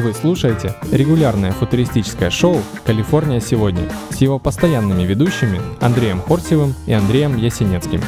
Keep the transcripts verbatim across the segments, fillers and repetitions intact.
Вы слушаете регулярное футуристическое шоу «Калифорния сегодня» с его постоянными ведущими Андреем Хорсевым и Андреем Ясенецким.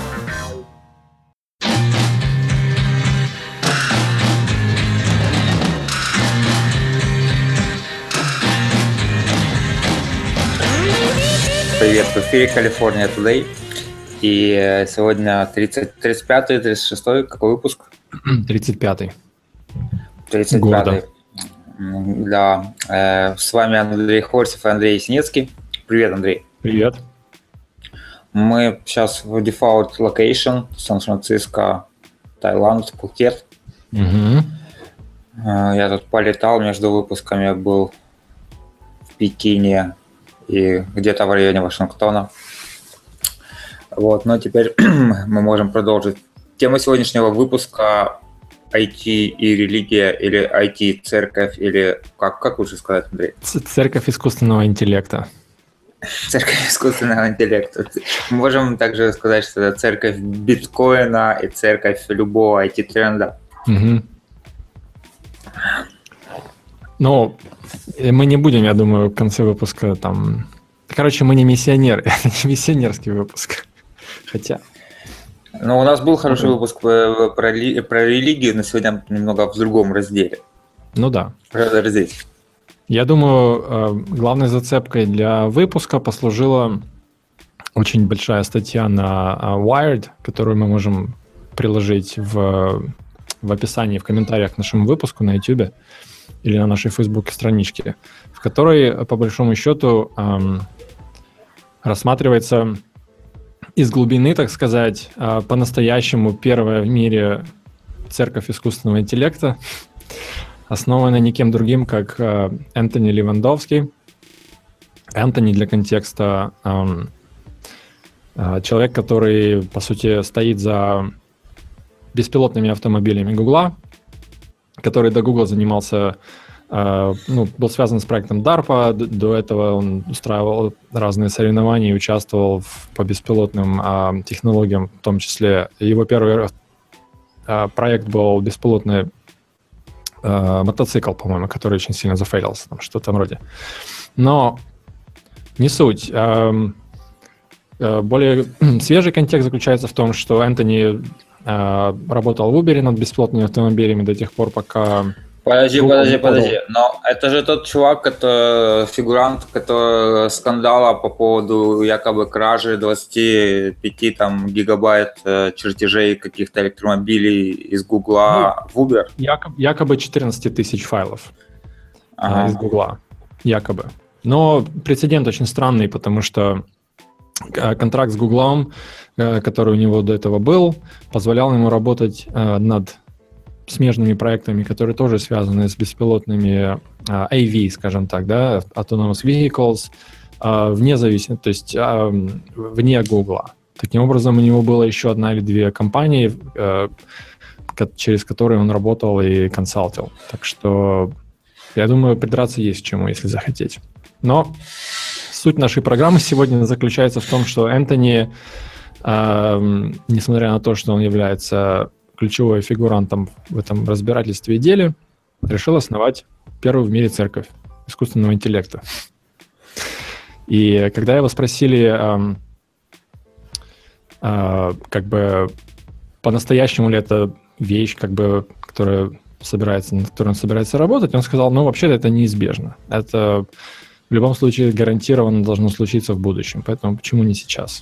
Привет, в эфире California Today. И сегодня тридцать, тридцать пятый, тридцать шестой, какой выпуск? тридцать пятый. тридцать пятый. Да. Э, с вами Андрей Хорсев и Андрей Ясенецкий. Привет, Андрей. Привет. Мы сейчас в default location, Сан-Франциско, Таиланд, Пхукет. Угу. Э, я тут полетал между выпусками, был в Пекине и где-то в районе Вашингтона. Вот, но теперь мы можем продолжить. Тема сегодняшнего выпуска ай ти и религия, или ай ти церковь, или как, как лучше сказать, Андрей? Церковь искусственного интеллекта. Церковь искусственного интеллекта. Мы можем также сказать, что это церковь биткоина и церковь любого ай ти-тренда. Угу. Но мы не будем, я думаю, в конце выпуска там... Короче, мы не миссионеры, это не миссионерский выпуск. Хотя... Ну, у нас был хороший выпуск про, про религию, но сегодня немного в другом разделе. Ну да. Разделе. Я думаю, главной зацепкой для выпуска послужила очень большая статья на Wired, которую мы можем приложить в, в описании, в комментариях к нашему выпуску на YouTube или на нашей Facebook-страничке, в которой, по большому счету, эм, рассматривается из глубины, так сказать, э, по-настоящему первая в мире церковь искусственного интеллекта, основанная никем другим, как э, Энтони Левандовский. Энтони, для контекста, э, э, человек, который, по сути, стоит за беспилотными автомобилями Гугла, который до Google занимался, э, ну, был связан с проектом DARPA, до этого он устраивал разные соревнования и участвовал в, по беспилотным э, технологиям, в том числе. Его первый э, проект был беспилотный э, мотоцикл, по-моему, который очень сильно зафейлился, там, что-то вроде. Но не суть. Э, э, более свежий контекст заключается в том, что Энтони работал в Uber над беспилотными автомобилями до тех пор, пока... Подожди, подожди, подожди. Но это же тот чувак, который фигурант, который скандала по поводу якобы кражи двадцати пяти там, гигабайт чертежей каких-то электромобилей из Гугла ну, в Uber. Якобы, якобы четырнадцать тысяч файлов ага. из Гугла. Якобы. Но прецедент очень странный, потому что контракт с Гуглом, который у него до этого был, позволял ему работать над смежными проектами, которые тоже связаны с беспилотными эй ви, скажем так, да, Autonomous Vehicles, вне зависимости, то есть вне Гугла. Таким образом, у него была еще одна или две компании, через которые он работал и консалтил. Так что, я думаю, придраться есть к чему, если захотеть. Но суть нашей программы сегодня заключается в том, что Энтони, э, несмотря на то, что он является ключевой фигурантом в этом разбирательстве и деле, решил основать первую в мире церковь искусственного интеллекта. И когда его спросили, э, э, как бы по-настоящему ли это вещь, как бы, которая собирается, над которой он собирается работать, он сказал, ну, вообще-то это неизбежно. Это в любом случае гарантированно должно случиться в будущем, поэтому почему не сейчас?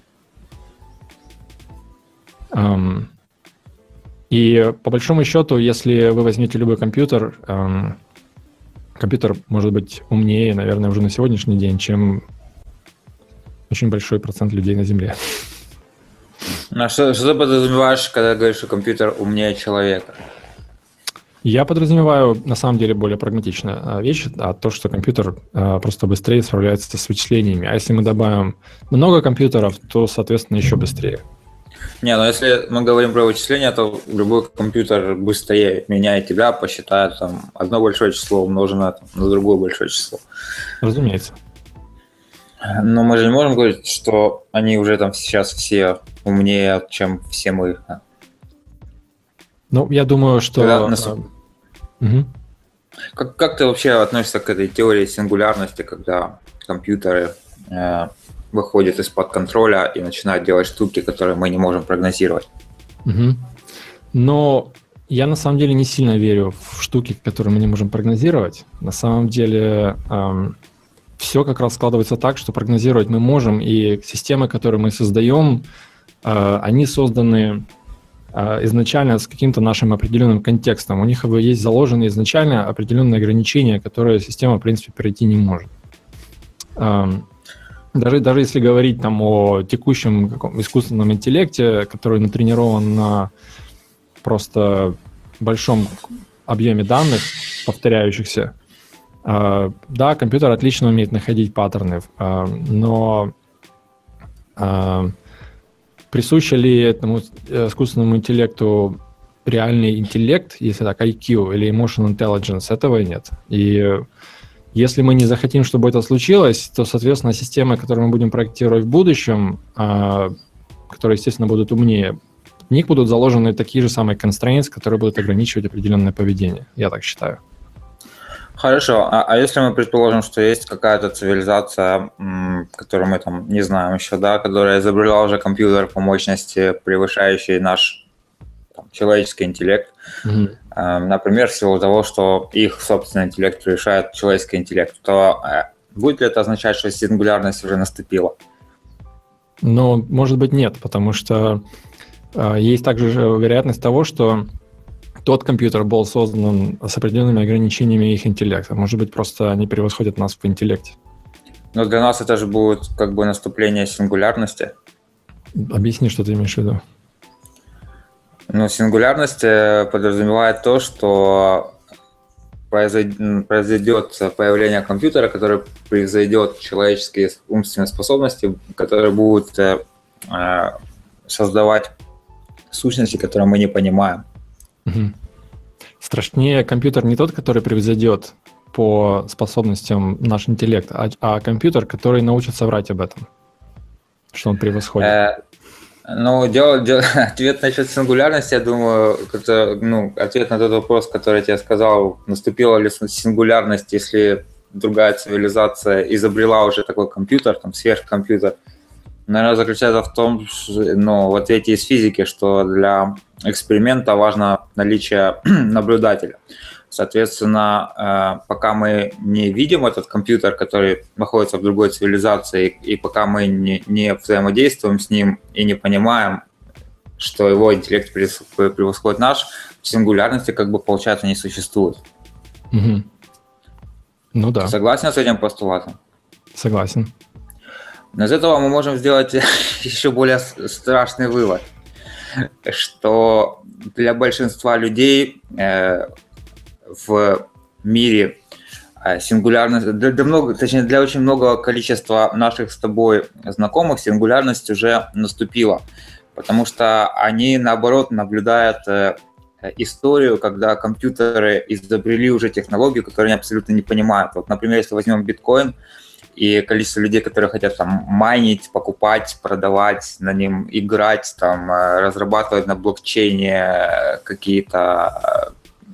Um, и по большому счету, если вы возьмете любой компьютер, um, компьютер может быть умнее, наверное, уже на сегодняшний день, чем очень большой процент людей на Земле. А что, что ты подразумеваешь, когда говоришь, что компьютер умнее человека? Я подразумеваю, на самом деле, более прагматичная вещь, а то, что компьютер а, просто быстрее справляется с вычислениями. А если мы добавим много компьютеров, то, соответственно, еще быстрее. Не, ну если мы говорим про вычисления, то любой компьютер быстрее меня и тебя посчитает там, одно большое число умноженное там, на другое большое число. Разумеется. Но мы же не можем говорить, что они уже там сейчас все умнее, чем все мы. Ну, я думаю, что... Когда, наступ... угу. Как, как ты вообще относишься к этой теории сингулярности, когда компьютеры э, выходят из-под контроля и начинают делать штуки, которые мы не можем прогнозировать? Угу. Но я на самом деле не сильно верю в штуки, которые мы не можем прогнозировать. На самом деле эм, все как раз складывается так, что прогнозировать мы можем, и системы, которые мы создаем, э, они созданы э, изначально с каким-то нашим определенным контекстом. У них есть заложены изначально определенные ограничения, которые система, в принципе, пройти не может. Эм, Даже, даже если говорить там о текущем каком, искусственном интеллекте, который натренирован на просто большом объеме данных, повторяющихся, э, да, компьютер отлично умеет находить паттерны, э, но э, присуще ли этому искусственному интеллекту реальный интеллект, если так, ай кью или emotional intelligence, этого нет. И если мы не захотим, чтобы это случилось, то, соответственно, системы, которые мы будем проектировать в будущем, которые, естественно, будут умнее, в них будут заложены такие же самые constraints, которые будут ограничивать определенное поведение. Я так считаю. Хорошо. А, а если мы предположим, что есть какая-то цивилизация, м, которую мы там не знаем еще, да, которая изобрела уже компьютер по мощности, превышающий наш там, человеческий интеллект, Mm-hmm. э, например, в силу того, что их собственный интеллект превышает человеческий интеллект, то э, будет ли это означать, что сингулярность уже наступила? Ну, может быть, нет, потому что э, есть также вероятность того, что тот компьютер был создан с определенными ограничениями их интеллекта. Может быть, просто они превосходят нас в интеллекте. Но для нас это же будет как бы наступление сингулярности. Объясни, что ты имеешь в виду. Ну, сингулярность подразумевает то, что произойдет появление компьютера, который превзойдет человеческие умственные способности, которые будут создавать сущности, которые мы не понимаем. Угу. Страшнее компьютер не тот, который превзойдет по способностям наш интеллект, а, а компьютер, который научится врать об этом, что он превосходит. Э, ну, дело, дело, ответ насчет сингулярности, я думаю, это, ну, ответ на тот вопрос, который я тебе сказал, наступила ли сингулярность, если другая цивилизация изобрела уже такой компьютер, там, сверхкомпьютер, наверное, заключается в том, ну, в ответе из физики, что для эксперимента важно наличие наблюдателя. Соответственно, пока мы не видим этот компьютер, который находится в другой цивилизации, и пока мы не, не взаимодействуем с ним и не понимаем, что его интеллект превосходит наш, сингулярности, как бы, получается, не существует. Угу. Ну да. Ты согласен с этим постулатом? Согласен. Но из этого мы можем сделать еще более страшный вывод, что для большинства людей э, в мире э, сингулярность, для, для, много, точнее, для очень многого количества наших с тобой знакомых сингулярность уже наступила, потому что они, наоборот, наблюдают э, историю, когда компьютеры изобрели уже технологию, которую они абсолютно не понимают. Вот, например, если возьмем биткоин, и количество людей, которые хотят там майнить, покупать, продавать на нем, играть, там, разрабатывать на блокчейне какие-то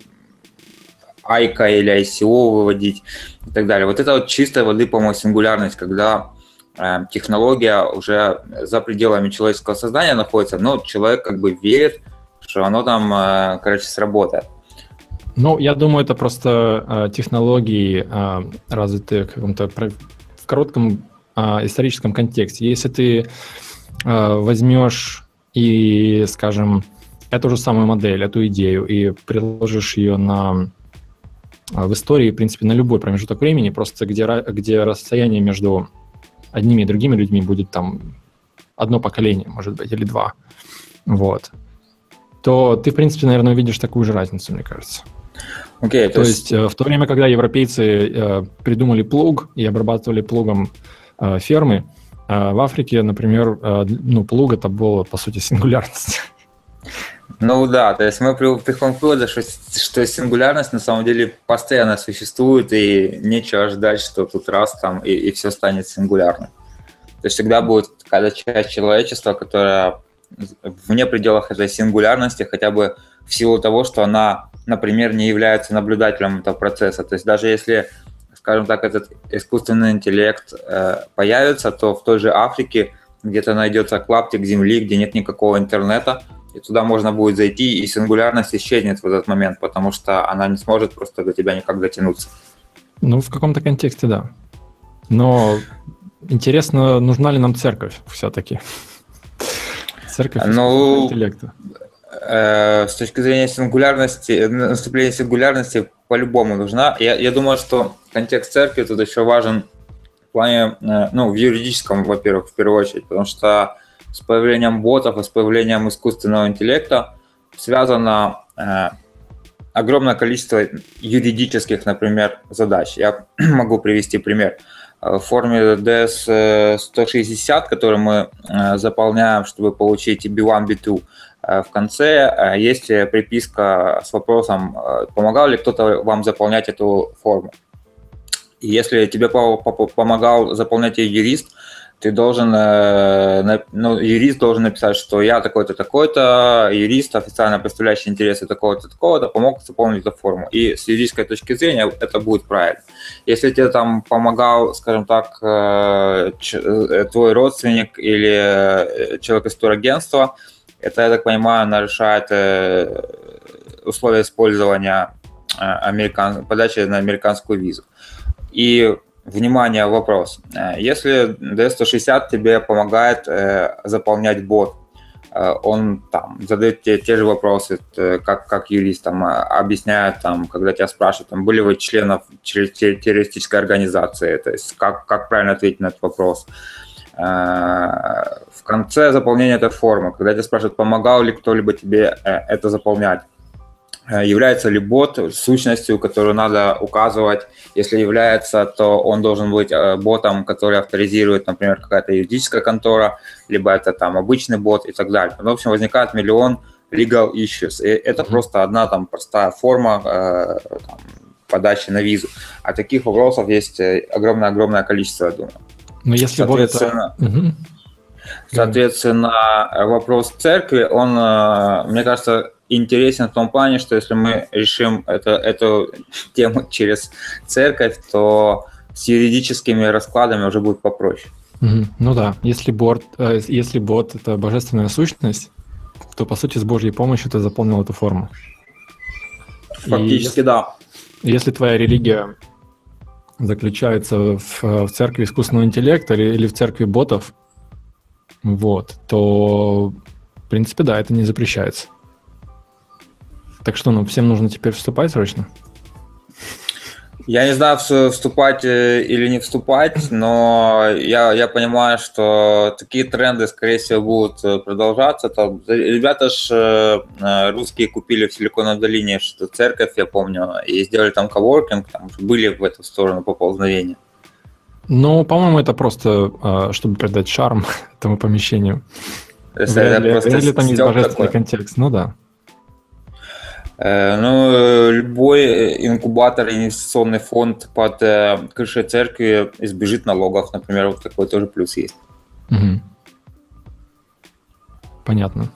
айка или ай си о выводить и так далее. Вот это вот чистой воды, по-моему, сингулярность, когда э, технология уже за пределами человеческого сознания находится, но человек как бы верит, что оно там, э, короче, сработает. Ну, я думаю, это просто э, технологии, э, развитые в каком-то в коротком э, историческом контексте. Если ты э, возьмешь и, скажем, эту же самую модель, эту идею, и приложишь ее на, в истории, в принципе, на любой промежуток времени, просто где, где расстояние между одними и другими людьми будет там одно поколение, может быть, или два, вот, то ты, в принципе, наверное, увидишь такую же разницу, мне кажется. Okay, то, то есть, есть в то время, когда европейцы э, придумали плуг и обрабатывали плугом э, фермы, э, в Африке, например, э, ну, плуг это было, по сути, сингулярность. Ну да, то есть мы приходим к выводу, что, что сингулярность на самом деле постоянно существует, и нечего ждать, что тут раз там и, и все станет сингулярным. То есть всегда будет какая-то часть человечества, которая вне пределах этой сингулярности, хотя бы в силу того, что она например, не является наблюдателем этого процесса. То есть даже если, скажем так, этот искусственный интеллект э, появится, то в той же Африке где-то найдется клаптик земли, где нет никакого интернета, и туда можно будет зайти, и сингулярность исчезнет в этот момент, потому что она не сможет просто до тебя никак дотянуться. Ну, в каком-то контексте, да. Но интересно, нужна ли нам церковь все-таки? Церковь искусственного интеллекта. Э, с точки зрения сингулярности, наступления сингулярности по-любому нужна. Я, я думаю, что контекст церкви тут еще важен в плане, э, ну, в юридическом, во-первых, в первую очередь, потому что с появлением ботов и с появлением искусственного интеллекта связано э, огромное количество юридических, например, задач. Я могу привести пример. В форме ди эс сто шестьдесят, который мы заполняем, чтобы получить би один, би два, в конце есть приписка с вопросом, помогал ли кто-то вам заполнять эту форму. И если тебе помогал заполнять ее юрист, ты должен, ну, юрист должен написать, что я такой-то, такой-то, юрист, официально представляющий интересы такого-то, такого-то, помог заполнить эту форму. И с юридической точки зрения это будет правильно. Если тебе там помогал, скажем так, твой родственник или человек из турагентства, это, я так понимаю, нарушает условия использования американ... подачи на американскую визу. И внимание, вопрос. Если ди эс сто шестьдесят тебе помогает э, заполнять бот, э, он там задает тебе те же вопросы, э, как, как юрист, там, объясняет, там, когда тебя спрашивают, там, были вы членов террористической организации, то есть как, как правильно ответить на этот вопрос. Э, в конце заполнения этой формы, когда тебя спрашивают, помогал ли кто-либо тебе э, это заполнять, является ли бот сущностью, которую надо указывать. Если является, то он должен быть ботом, который авторизирует, например, какая-то юридическая контора, либо это там обычный бот и так далее. В общем, возникает миллион legal issues. И это mm-hmm. просто одна там простая форма э, там, подачи на визу. А таких вопросов есть огромное-огромное количество, я думаю. Но если соответственно, бот это... mm-hmm. соответственно, вопрос церкви, он, мне кажется, интересен в том плане, что если мы решим это, эту тему через церковь, то с юридическими раскладами уже будет попроще. Mm-hmm. Ну да, если бот, если бот это божественная сущность, то по сути с Божьей помощью ты заполнил эту форму. Фактически, и, да. Если твоя религия заключается в, в церкви искусственного интеллекта или, или в церкви ботов, вот, то в принципе да, это не запрещается. Так что, ну, всем нужно теперь вступать срочно? Я не знаю, вступать или не вступать, но я, я понимаю, что такие тренды, скорее всего, будут продолжаться. Там, ребята ж русские купили в Силиконовой долине что церковь, я помню, и сделали там коворкинг, там были в эту сторону поползновения. Ну, по-моему, это просто, чтобы придать шарм этому помещению. Это реально, просто реально там есть божественный такой контекст, ну да. Ну, любой инкубатор, инвестиционный фонд под крышей церкви избежит налогов, например, вот такой тоже плюс есть. Угу. Понятно.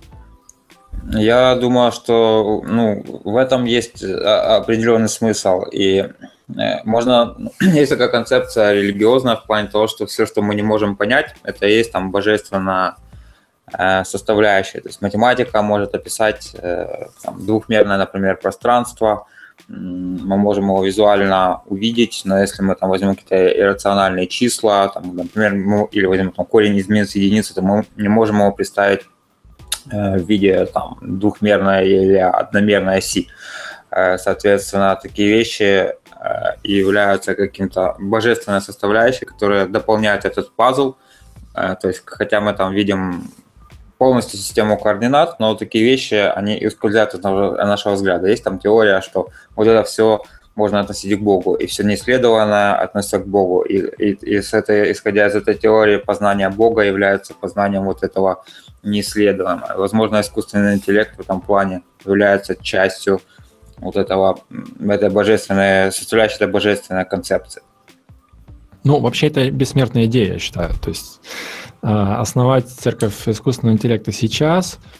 Я думаю, что ну, в этом есть определенный смысл. И можно, есть такая концепция религиозная в плане того, что все, что мы не можем понять, это есть там божественная составляющая. То есть математика может описать там, двухмерное, например, пространство, мы можем его визуально увидеть, но если мы там возьмем какие-то иррациональные числа, там, например, мы, или возьмем там, корень из минус единицы, то мы не можем его представить в виде там, двухмерной или одномерной оси. Соответственно, такие вещи являются каким-то божественной составляющей, которая дополняет этот пазл. То есть, хотя мы там видим полностью систему координат, но такие вещи, они ускользают от нашего взгляда. Есть там теория, что вот это все можно относить к Богу, и все неисследованное относится к Богу. И, и, и с этой, исходя из этой теории, познание Бога является познанием вот этого неисследованного. Возможно, искусственный интеллект в этом плане является частью вот этого, этой божественной, составляющей этой божественной концепции. Ну, вообще, это бессмертная идея, я считаю. То есть основать церковь искусственного интеллекта сейчас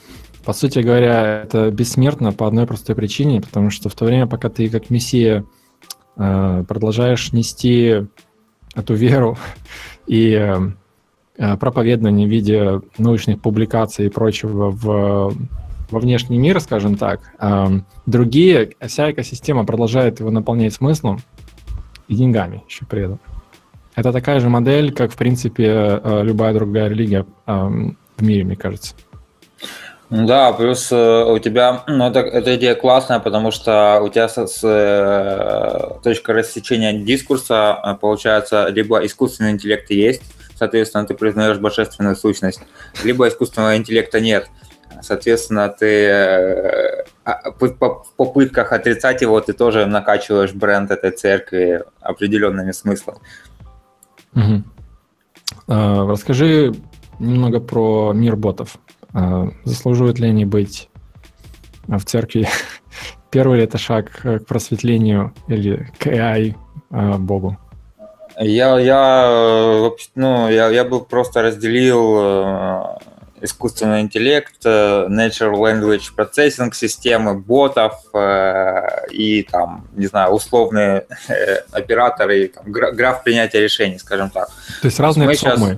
По сути говоря, это бессмертно по одной простой причине, потому что в то время, пока ты как мессия э, продолжаешь нести эту веру и э, проповедование в виде научных публикаций и прочего в, во внешний мир, скажем так, э, другие, вся экосистема продолжает его наполнять смыслом и деньгами еще при этом. Это такая же модель, как, в принципе, э, любая другая религия э, в мире, мне кажется. Да, плюс э, у тебя, ну, это, эта идея классная, потому что у тебя с, с э, точка рассечения дискурса э, получается либо искусственный интеллект есть, соответственно, ты признаешь божественную сущность, либо искусственного интеллекта нет, соответственно, ты э, в попытках отрицать его ты тоже накачиваешь бренд этой церкви определенными смыслами. Угу. А, расскажи немного про мир ботов. Заслуживают ли они быть в церкви? Первый ли это шаг к просветлению или к эй ай Богу? Я, я, ну, я, я бы просто разделил искусственный интеллект, natural language processing системы, ботов и там, не знаю, условные операторы, там, граф принятия решений, скажем так. То есть разные формы.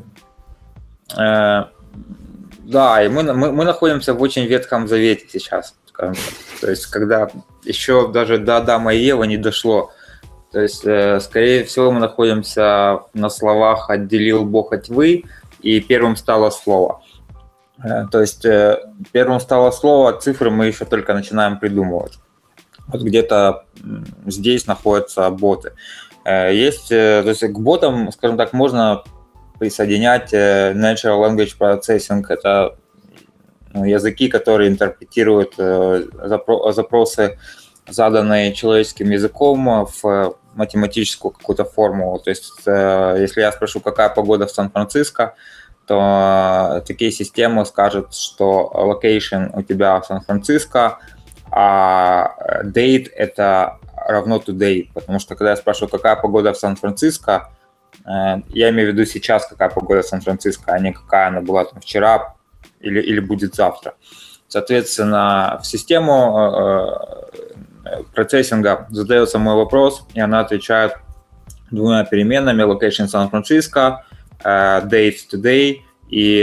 Да, и мы, мы, мы находимся в очень ветхом завете сейчас, скажем так. То есть, когда еще даже до Адама и Евы не дошло. То есть, э, скорее всего, мы находимся на словах «отделил Бог от вы», и первым стало слово. Э, то есть, э, первым стало слово, цифры мы еще только начинаем придумывать. Вот где-то здесь находятся боты. Э, есть, э, то есть, к ботам, скажем так, можно присоединять Natural Language Processing. Это ну, языки, которые интерпретируют э, запро- запросы, заданные человеческим языком, в математическую какую-то формулу. То есть, э, если я спрошу, какая погода в Сан-Франциско, то э, такие системы скажут, что location у тебя в Сан-Франциско, а date это равно today. Потому что, когда я спрашиваю, какая погода в Сан-Франциско, я имею в виду сейчас, какая погода в Сан-Франциско, а не какая она была там вчера или, или будет завтра. Соответственно, в систему э, процессинга задается мой вопрос, и она отвечает двумя переменными: location Сан-Франциско, э, date today и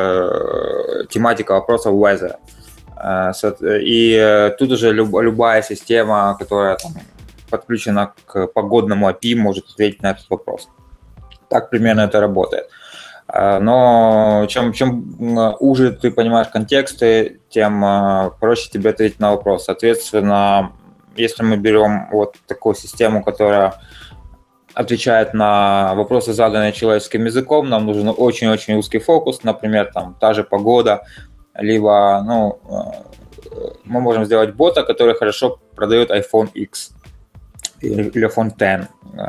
э, тематика вопроса weather. Э, и э, тут уже люб, любая система, которая там подключена к погодному эй пи ай, может ответить на этот вопрос. Так примерно это работает. Но чем, чем уже ты понимаешь контексты, тем проще тебе ответить на вопрос. Соответственно, если мы берем вот такую систему, которая отвечает на вопросы, заданные человеческим языком, нам нужен очень-очень узкий фокус, например, там та же погода, либо ну, мы можем сделать бота, который хорошо продает iPhone X или iPhone X.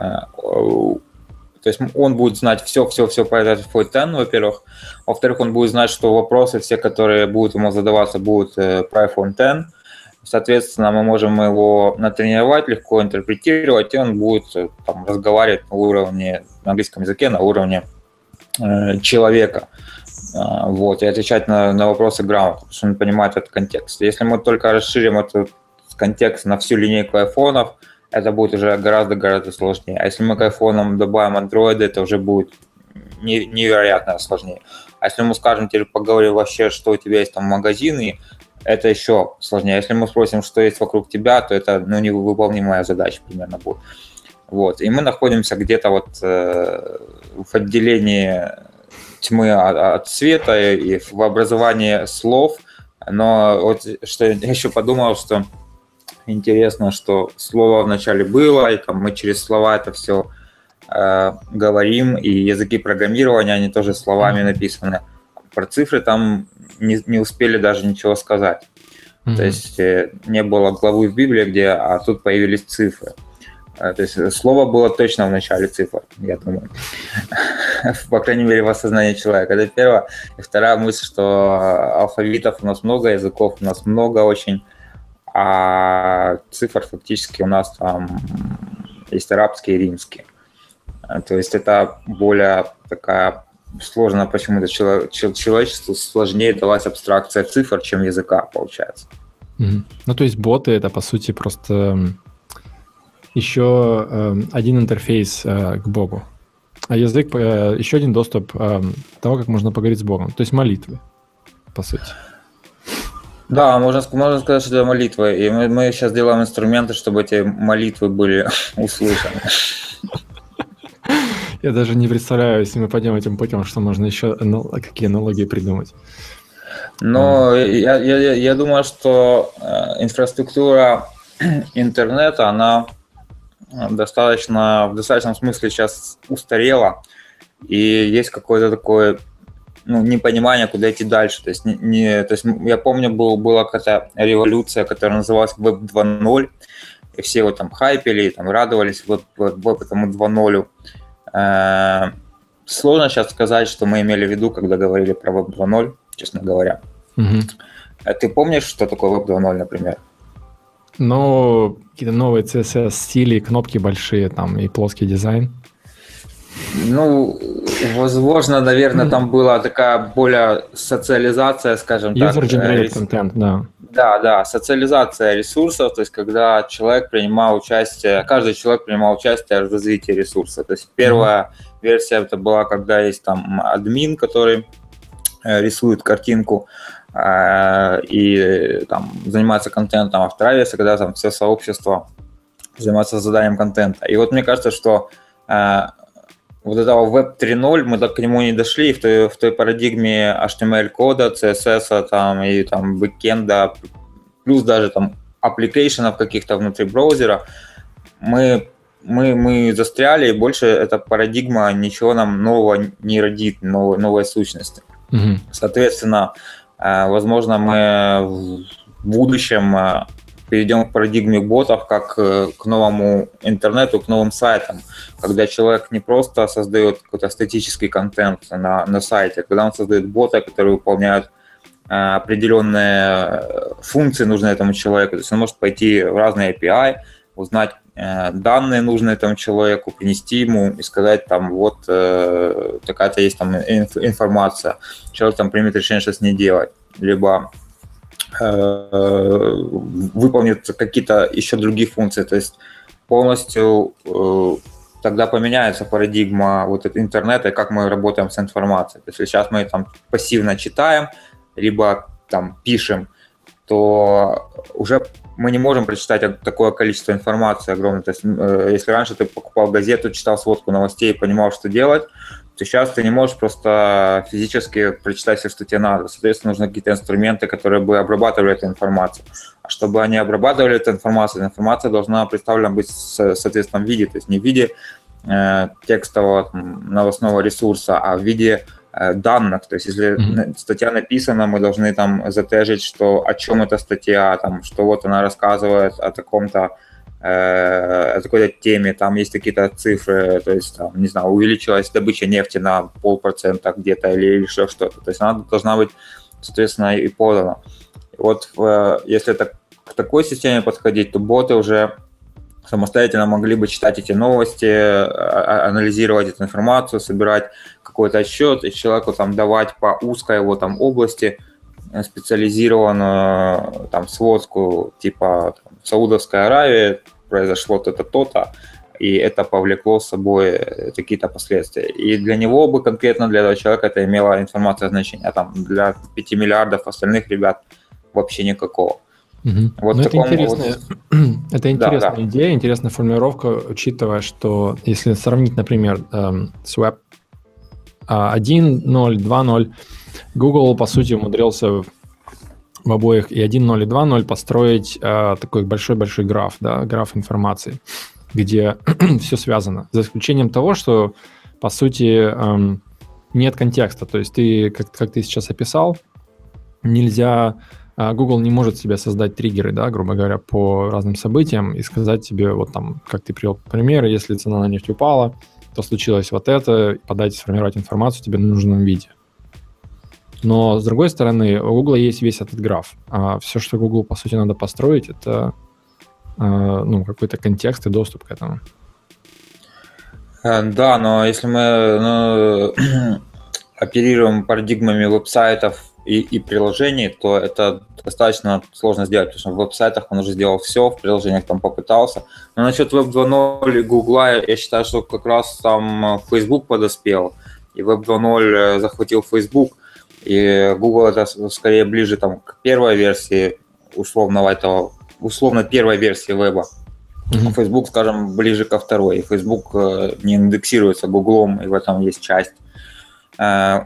То есть он будет знать все-все-все по iPhone X, во-первых. Во-вторых, он будет знать, что вопросы все, которые будут ему задаваться, будут про iPhone X. Соответственно, мы можем его натренировать, легко интерпретировать, и он будет там, разговаривать на уровне, на английском языке, на уровне э, человека. Э, вот, и отвечать на, на вопросы грамотно, потому что он понимает этот контекст. Если мы только расширим этот контекст на всю линейку айфонов, это будет уже гораздо-гораздо сложнее. А если мы к айфонам добавим андроиды, это уже будет невероятно сложнее. А если мы скажем, теперь поговорим вообще, что у тебя есть там магазины, это еще сложнее. Если мы спросим, что есть вокруг тебя, то это ну, невыполнимая задача примерно будет. Вот. И мы находимся где-то вот э, в отделении тьмы от, от света и в образовании слов. Но вот что я еще подумал, что интересно, что слово вначале было, и там мы через слова это все э, говорим, и языки программирования, они тоже словами написаны. Про цифры там не, не успели даже ничего сказать. Mm-hmm. То есть э, не было главы в Библии, где, а тут появились цифры. Э, то есть слово было точно в начале цифр, я думаю. По крайней мере, в осознании человека. Это первое. И вторая мысль, что алфавитов у нас много, языков у нас много очень, а цифр фактически у нас там есть арабские и римские. То есть это более такая сложно почему-то чело- чел- человечеству сложнее далась абстракция цифр, чем языка, получается. Мгм. Ну, то есть боты — это, по сути, просто м, еще э, один интерфейс э, к Богу. А язык э, еще один доступ э, того, как можно поговорить с Богом. То есть молитвы, по сути. Да, можно, ск- можно сказать, что это молитва. И мы, мы сейчас делаем инструменты, чтобы эти молитвы были услышаны. Я даже не представляю, если мы пойдем этим путем, что можно еще анал- какие аналогии придумать. А, Но я, я, я- я думаю, что э, инфраструктура интернета, она э, достаточно, в достаточном смысле сейчас устарела, и есть какое-то такое, ну, непонимание, куда идти дальше. То есть, не, не- то есть м, я помню, был, была какая-то революция, которая называлась веб два ноль, и все его там хайпели, там радовались веб, веб, веб этому два ноль. Э, Сложно сейчас сказать, что мы имели в виду, когда говорили про веб два ноль, честно говоря. мгм. А ты помнишь, что такое веб два ноль, например? Но какие-то новые си эс эс-стили, кнопки большие там и плоский дизайн. Ну, возможно, наверное, там была такая более социализация, скажем так. э, User-generated рес- content, да. Да, да, социализация ресурсов, то есть когда человек принимал участие, каждый человек принимал участие в развитии ресурса. То есть Мгм. первая версия это была, когда есть там админ, который э, рисует картинку э, и э, там занимается контентом, а вторая версия, когда там все сообщество занимается созданием контента. И вот мне кажется, что э, вот этого веб три ноль мы так к нему не дошли, и в той, в той парадигме эйч ти эм эль-кода, си эс эс там, и там бэкенда, плюс даже там аппликейшенов каких-то внутри браузера, мы, мы, мы застряли, и больше эта парадигма ничего нам нового не родит, новой, новой сущности. Мгм. Соответственно, э, возможно, мы в будущем э, перейдем к парадигме ботов как э, к новому интернету, к новым сайтам, когда человек не просто создает какой-то статический контент на, на сайте, а когда он создает боты, которые выполняют э, определенные функции, нужные этому человеку. То есть он может пойти в разные эй пи ай, узнать э, данные, нужные этому человеку, принести ему и сказать, там, вот э, такая-то есть там инф- информация. Человек там примет решение, что с ней делать. Либо э, выполнит какие-то еще другие функции. То есть полностью э, тогда поменяется парадигма вот этого интернета и как мы работаем с информацией. То есть если сейчас мы там пассивно читаем, либо там пишем, то уже мы не можем прочитать такое количество информации огромное. То есть, э, если раньше ты покупал газету, читал сводку новостей и понимал, что делать, то сейчас ты не можешь просто физически прочитать все, что тебе надо. Соответственно, нужны какие-то инструменты, которые бы обрабатывали эту информацию. А чтобы они обрабатывали эту информацию, эта информация должна представлена быть в соответственном виде, то есть не в виде э, текстового там, новостного ресурса, а в виде данных, то есть если mm-hmm. статья написана, мы должны там затежить, что о чем эта статья, там, что вот она рассказывает о таком-то, э, о такой-то теме, там есть какие-то цифры, то есть, там, не знаю, увеличилась добыча нефти на полпроцента где-то или еще что-то, то есть она должна быть, соответственно, и подана. И вот в, если это к такой системе подходить, то боты уже самостоятельно могли бы читать эти новости, анализировать эту информацию, собирать какой-то отчет и человеку там давать по узкой его там области специализированную там сводку, типа там, в Саудовской Аравии произошло то-то, то-то, и это повлекло с собой какие-то последствия. И для него бы конкретно, для этого человека это имело информация значения, а там для пяти миллиардов остальных ребят вообще никакого. Угу. Вот это интересная, вот... это интересная да, идея, да. интересная формулировка, учитывая, что если сравнить, например, с Web один ноль, два ноль, Google, по сути, умудрился в обоих и один ноль, и два ноль построить такой большой-большой граф, да, граф информации, где все связано, за исключением того, что, по сути, нет контекста. То есть ты, как, как ты сейчас описал, нельзя... Google не может себе создать триггеры, да, грубо говоря, по разным событиям и сказать тебе, вот там, как ты привел пример, если цена на нефть упала, то случилось вот это, подать, сформировать информацию тебе на нужном виде. Но, с другой стороны, у Google есть весь этот граф. А все, что Google, по сути, надо построить, это ну, какой-то контекст и доступ к этому. Да, но если мы... Ну... оперируем парадигмами веб-сайтов и, и приложений, то это достаточно сложно сделать, потому что в веб-сайтах он уже сделал все, в приложениях там попытался. Но насчет веб два ноль и Гугла, я считаю, что как раз там Facebook подоспел, и веб два ноль захватил Facebook, и Google это скорее ближе там, к первой версии условного этого, условно первой версии веба. Mm-hmm. Facebook, скажем, ближе ко второй. Facebook не индексируется Гуглом, и в этом есть часть э,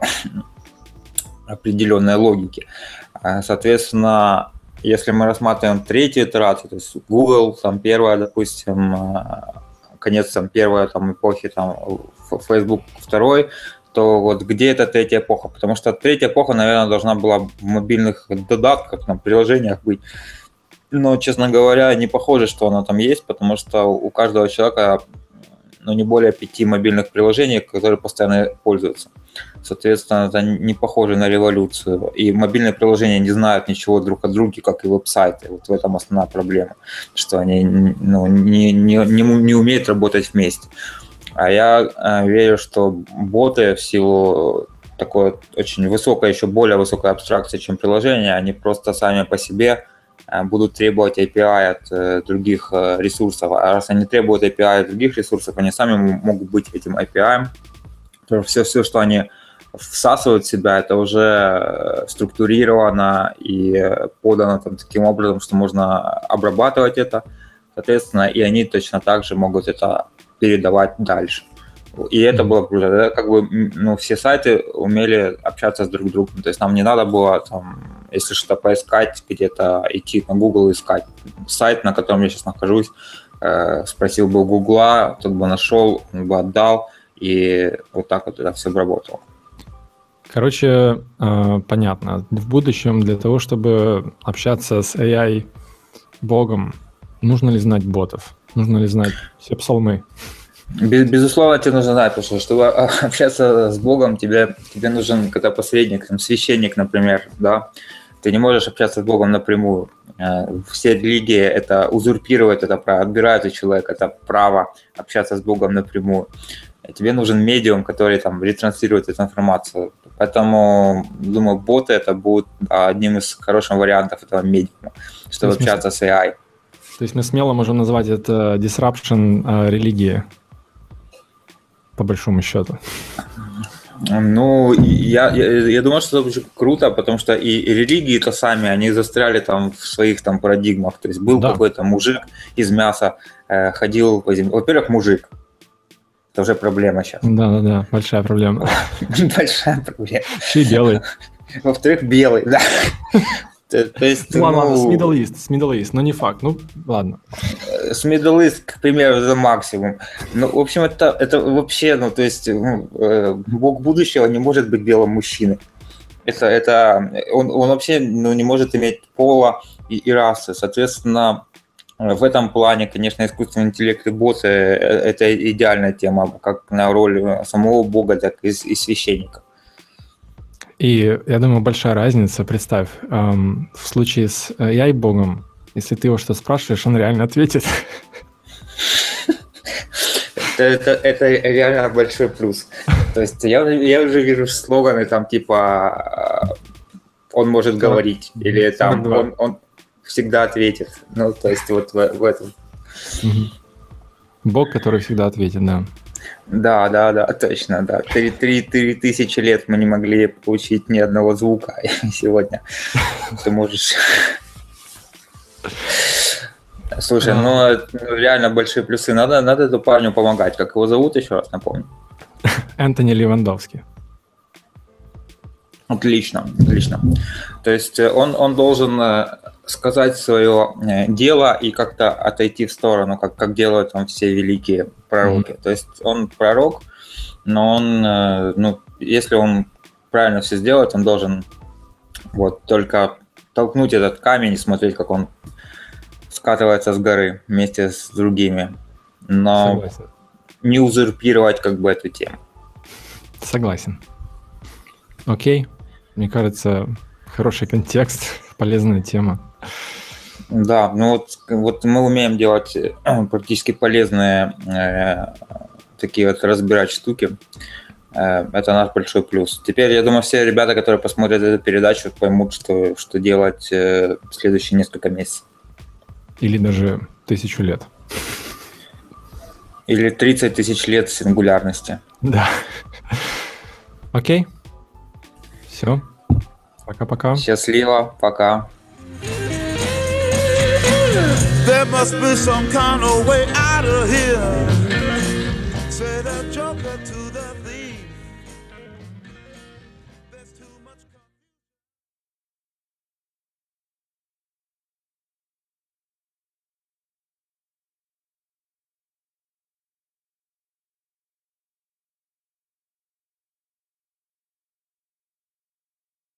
определенной логики. Соответственно, если мы рассматриваем третью итерацию, то есть Google, там первая, допустим, конец там первой там, эпохи, там, Facebook второй, то вот где эта третья эпоха? Потому что третья эпоха, наверное, должна была в мобильных додатках, на приложениях быть. Но, честно говоря, не похоже, что она там есть, потому что у каждого человека ну, не более пяти мобильных приложений, которые постоянно пользуются. Соответственно, это не похоже на революцию. И мобильные приложения не знают ничего друг от друга, как и веб-сайты. Вот в этом основная проблема, что они ну, не, не, не, не умеют работать вместе. А я э, верю, что боты в силу такой очень высокой, еще более высокой абстракции, чем приложения, они просто сами по себе будут требовать эй пи ай от э, других э, ресурсов. А раз они требуют эй пи ай от других ресурсов, они сами могут быть этим эй пи ай. Все, все, что они всасывают в себя, это уже структурировано и подано там, таким образом, что можно обрабатывать это, соответственно, и они точно так же могут это передавать дальше. И это было круто. Да? Как бы, ну, все сайты умели общаться с друг другом. То есть нам не надо было, там, если что-то поискать, где-то идти на Google искать. Сайт, на котором я сейчас нахожусь, э, спросил бы у Гугла, тот бы нашел, он бы отдал, и вот так вот это все обработало. Короче, э, понятно. В будущем для того, чтобы общаться с эй ай-богом, нужно ли знать ботов? Нужно ли знать все псалмы? Безусловно, тебе нужно знать, потому что, чтобы общаться с Богом, тебе, тебе нужен какой-то посредник, там, священник, например, да. Ты не можешь общаться с Богом напрямую. Все религии это узурпируют это право, отбирают у человека это право общаться с Богом напрямую. И тебе нужен медиум, который там ретранслирует эту информацию. Поэтому, думаю, боты это будут одним из хороших вариантов этого медиума, чтобы общаться с эй ай. То есть мы смело можем назвать это disruption э, религии, по большому счету. Ну, я, я, я думаю, что это очень круто, потому что и, и религии-то сами, они застряли там в своих там парадигмах. То есть был да. какой-то мужик из мяса, э, ходил по земле. Во-первых, мужик. Это уже проблема сейчас. Да-да-да, большая проблема. Большая проблема. Еще и белый. Во-вторых, белый, да. То есть, ну, ладно, с Middle East, с Middle East, но не факт, ну, ладно. С Middle East, к примеру, за максимум. Ну, в общем, это, это вообще, ну, то есть, ну, бог будущего не может быть белым мужчиной. Это, это, он, он вообще ну, не может иметь пола и, и расы. Соответственно, в этом плане, конечно, искусственный интеллект и боты – это идеальная тема, как на роль самого бога, так и, и священника. И я думаю, большая разница, представь, эм, в случае с эй ай-богом, если ты его что спрашиваешь, он реально ответит. Это, это, это реально большой плюс. То есть я, я уже вижу слоганы там типа «он может говорить» или там он, он всегда ответит. Ну, то есть вот в, в этом. Бог, который всегда ответит, да. Да, да, да, точно, да. Три, три, три тысячи лет мы не могли получить ни одного звука, и сегодня ты можешь... Слушай, ну реально большие плюсы. Надо, надо этому парню помогать. Как его зовут, еще раз напомню? Энтони Левандовский. Отлично, отлично. То есть он, он должен сказать свое дело и как-то отойти в сторону, как, как делают там все великие пророки. Mm-hmm. То есть он пророк, но он, ну, если он правильно все сделает, он должен вот только толкнуть этот камень и смотреть, как он скатывается с горы вместе с другими, но Согласен. Не узурпировать как бы эту тему. Согласен. Окей. Мне кажется, хороший контекст, полезная тема. Да, ну вот, вот мы умеем делать практически полезные э, такие вот разбирать штуки. Это наш большой плюс. Теперь, я думаю, все ребята, которые посмотрят эту передачу, поймут, что, что делать в следующие несколько месяцев. Или даже тысячу лет. Или тридцать тысяч лет сингулярности. Да. Окей. Все. Пока-пока. Счастливо. Пока. There must be some kind of way out of here. Say the joker to the thief.